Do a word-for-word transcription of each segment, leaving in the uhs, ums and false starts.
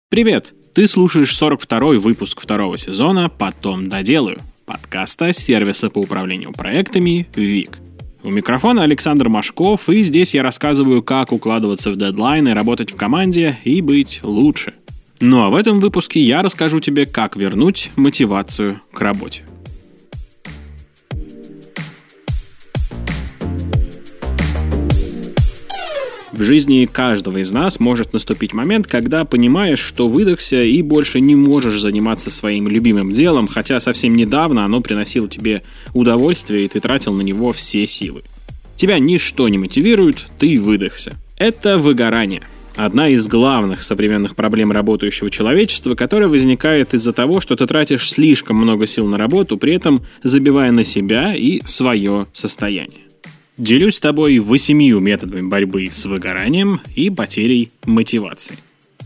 Привет! Ты слушаешь сорок второй выпуск второго сезона «Потом доделаю» подкаста сервиса по управлению проектами Вик. У микрофона Александр Машков, и здесь я рассказываю, как укладываться в дедлайны, работать в команде и быть лучше. Ну а в этом выпуске я расскажу тебе, как вернуть мотивацию к работе. В жизни каждого из нас может наступить момент, когда понимаешь, что выдохся и больше не можешь заниматься своим любимым делом, хотя совсем недавно оно приносило тебе удовольствие, и ты тратил на него все силы. Тебя ничто не мотивирует, ты выдохся. Это выгорание. Одна из главных современных проблем работающего человечества, которая возникает из-за того, что ты тратишь слишком много сил на работу, при этом забивая на себя и свое состояние. Делюсь с тобой восемью методами борьбы с выгоранием и потерей мотивации.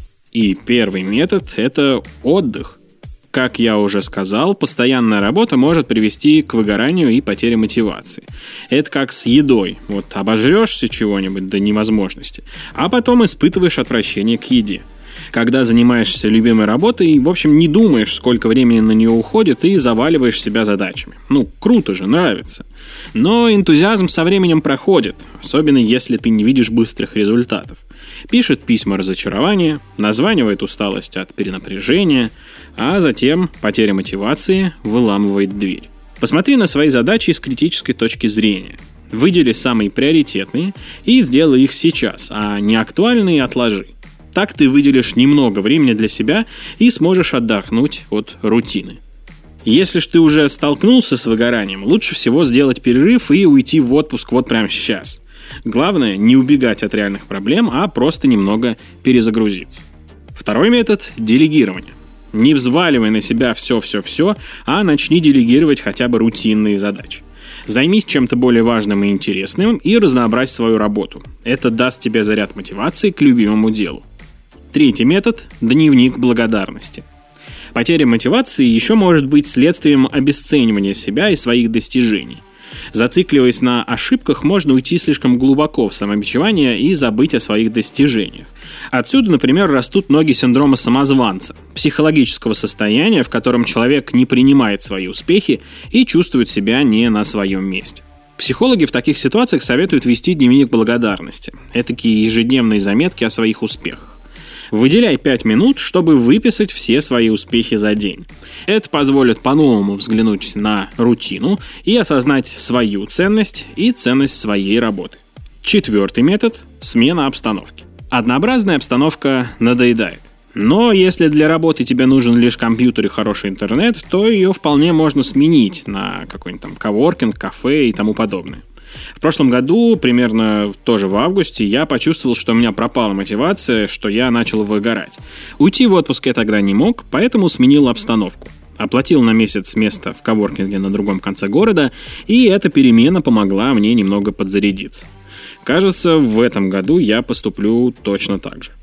И первый метод – это отдых. Как я уже сказал, постоянная работа может привести к выгоранию и потере мотивации. Это как с едой. Вот обожрешься чего-нибудь до невозможности, а потом испытываешь отвращение к еде. Когда занимаешься любимой работой, в общем, не думаешь, сколько времени на нее уходит, и заваливаешь себя задачами. Ну, круто же, нравится. Но энтузиазм со временем проходит, особенно если ты не видишь быстрых результатов. Пишет письма разочарования, названивает усталость от перенапряжения, а затем потеря мотивации выламывает дверь. Посмотри на свои задачи с критической точки зрения. Выдели самые приоритетные и сделай их сейчас, а неактуальные отложи. Так ты выделишь немного времени для себя и сможешь отдохнуть от рутины. Если ж ты уже столкнулся с выгоранием, лучше всего сделать перерыв и уйти в отпуск вот прямо сейчас. Главное, не убегать от реальных проблем, а просто немного перезагрузиться. Второй метод – делегирование. Не взваливай на себя все-все-все, а начни делегировать хотя бы рутинные задачи. Займись чем-то более важным и интересным и разнообразь свою работу. Это даст тебе заряд мотивации к любимому делу. Третий метод – дневник благодарности. Потеря мотивации еще может быть следствием обесценивания себя и своих достижений. Зацикливаясь на ошибках, можно уйти слишком глубоко в самобичевание и забыть о своих достижениях. Отсюда, например, растут ноги синдрома самозванца, психологического состояния, в котором человек не принимает свои успехи и чувствует себя не на своем месте. Психологи в таких ситуациях советуют вести дневник благодарности, этакие ежедневные заметки о своих успехах. Выделяй пять минут, чтобы выписать все свои успехи за день. Это позволит по-новому взглянуть на рутину и осознать свою ценность и ценность своей работы. Четвертый метод – смена обстановки. Однообразная обстановка надоедает. Но если для работы тебе нужен лишь компьютер и хороший интернет, то ее вполне можно сменить на какой-нибудь там коворкинг, кафе и тому подобное. В прошлом году, примерно тоже в августе, я почувствовал, что у меня пропала мотивация, что я начал выгорать. Уйти в отпуск я тогда не мог, поэтому сменил обстановку. Оплатил на месяц место в коворкинге на другом конце города, и эта перемена помогла мне немного подзарядиться. Кажется, в этом году я поступлю точно так же.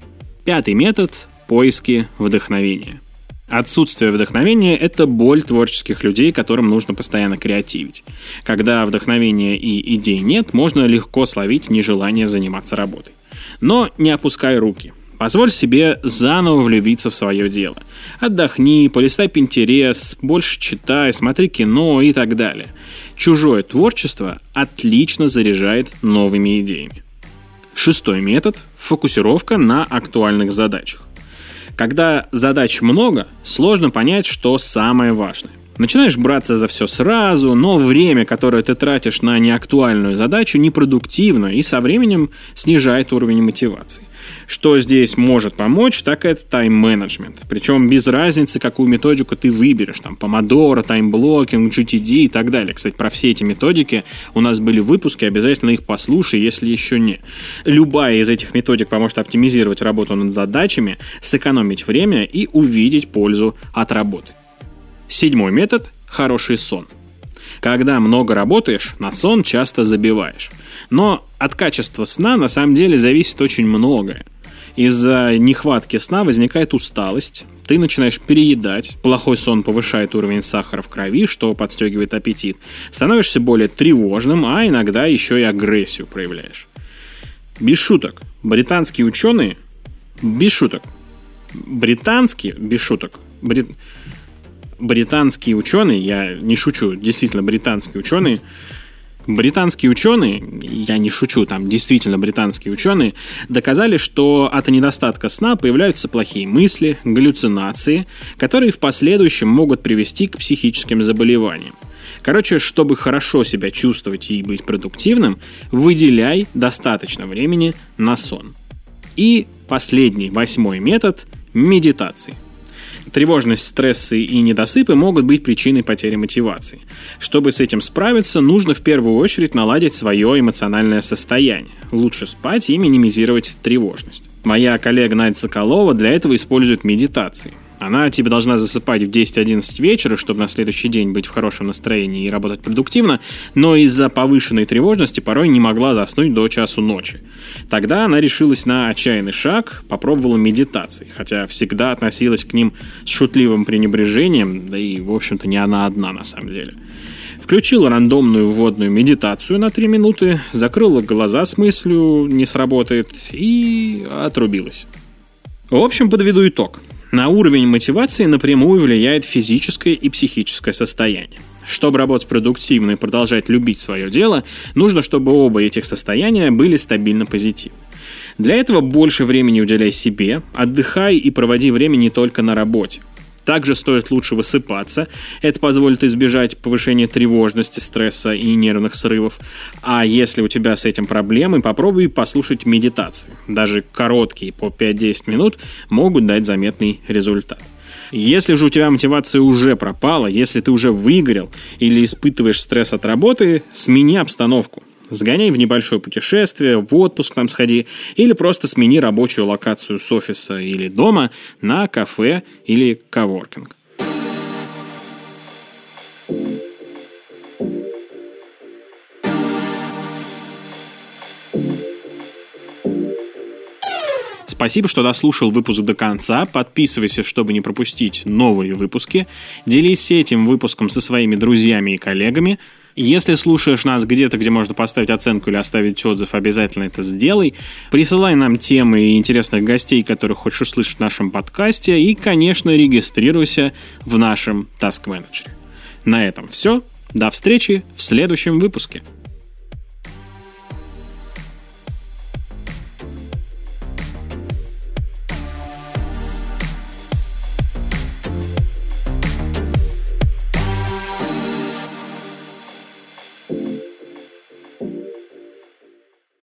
Пятый метод – поиски вдохновения. Отсутствие вдохновения – это боль творческих людей, которым нужно постоянно креативить. Когда вдохновения и идей нет, можно легко словить нежелание заниматься работой. Но не опускай руки. Позволь себе заново влюбиться в свое дело. Отдохни, полистай Pinterest, больше читай, смотри кино и так далее. Чужое творчество отлично заряжает новыми идеями. Шестой метод – фокусировка на актуальных задачах. Когда задач много, сложно понять, что самое важное. Начинаешь браться за все сразу, но время, которое ты тратишь на неактуальную задачу, непродуктивно и со временем снижает уровень мотивации. Что здесь может помочь, так это тайм-менеджмент. Причем без разницы, какую методику ты выберешь. Там помодоро, таймблокинг, джи ти ди и так далее. Кстати, про все эти методики у нас были выпуски, обязательно их послушай, если еще не. Любая из этих методик поможет оптимизировать работу над задачами, сэкономить время и увидеть пользу от работы. Седьмой метод – хороший сон. Когда много работаешь, на сон часто забиваешь. Но от качества сна на самом деле зависит очень многое. Из-за нехватки сна возникает усталость, ты начинаешь переедать, плохой сон повышает уровень сахара в крови, что подстегивает аппетит, становишься более тревожным, а иногда еще и агрессию проявляешь. Без шуток, британские ученые, без шуток, британские, без шуток, брит... британские ученые, я не шучу, действительно британские ученые, британские ученые, я не шучу, там действительно британские ученые, доказали, что от недостатка сна появляются плохие мысли, галлюцинации, которые в последующем могут привести к психическим заболеваниям. Короче, чтобы хорошо себя чувствовать и быть продуктивным, выделяй достаточно времени на сон. И последний, восьмой метод – медитации. Тревожность, стрессы и недосыпы могут быть причиной потери мотивации. Чтобы с этим справиться, нужно в первую очередь наладить свое эмоциональное состояние. Лучше спать и минимизировать тревожность. Моя коллега Надя Соколова для этого использует медитации. Она тебе должна засыпать в десять-одиннадцать вечера, чтобы на следующий день быть в хорошем настроении и работать продуктивно, но из-за повышенной тревожности порой не могла заснуть до часу ночи. Тогда она решилась на отчаянный шаг, попробовала медитации, хотя всегда относилась к ним с шутливым пренебрежением, да и, в общем-то, не она одна на самом деле. Включила рандомную вводную медитацию на три минуты, закрыла глаза с мыслью «не сработает» и отрубилась. В общем, подведу итог. На уровень мотивации напрямую влияет физическое и психическое состояние. Чтобы работать продуктивно и продолжать любить свое дело, нужно, чтобы оба этих состояния были стабильно позитивны. Для этого больше времени уделяй себе, отдыхай и проводи время не только на работе. Также стоит лучше высыпаться, это позволит избежать повышения тревожности, стресса и нервных срывов. А если у тебя с этим проблемы, попробуй послушать медитации. Даже короткие, по пять-десять минут, могут дать заметный результат. Если же у тебя мотивация уже пропала, если ты уже выгорел или испытываешь стресс от работы, смени обстановку. Сгоняй в небольшое путешествие, в отпуск там сходи, или просто смени рабочую локацию с офиса или дома на кафе или коворкинг. Спасибо, что дослушал выпуск до конца. Подписывайся, чтобы не пропустить новые выпуски. Делись этим выпуском со своими друзьями и коллегами. Если слушаешь нас где-то, где можно поставить оценку или оставить отзыв, обязательно это сделай. Присылай нам темы и интересных гостей, которых хочешь услышать в нашем подкасте. И, конечно, регистрируйся в нашем Task Manager. На этом все. До встречи в следующем выпуске.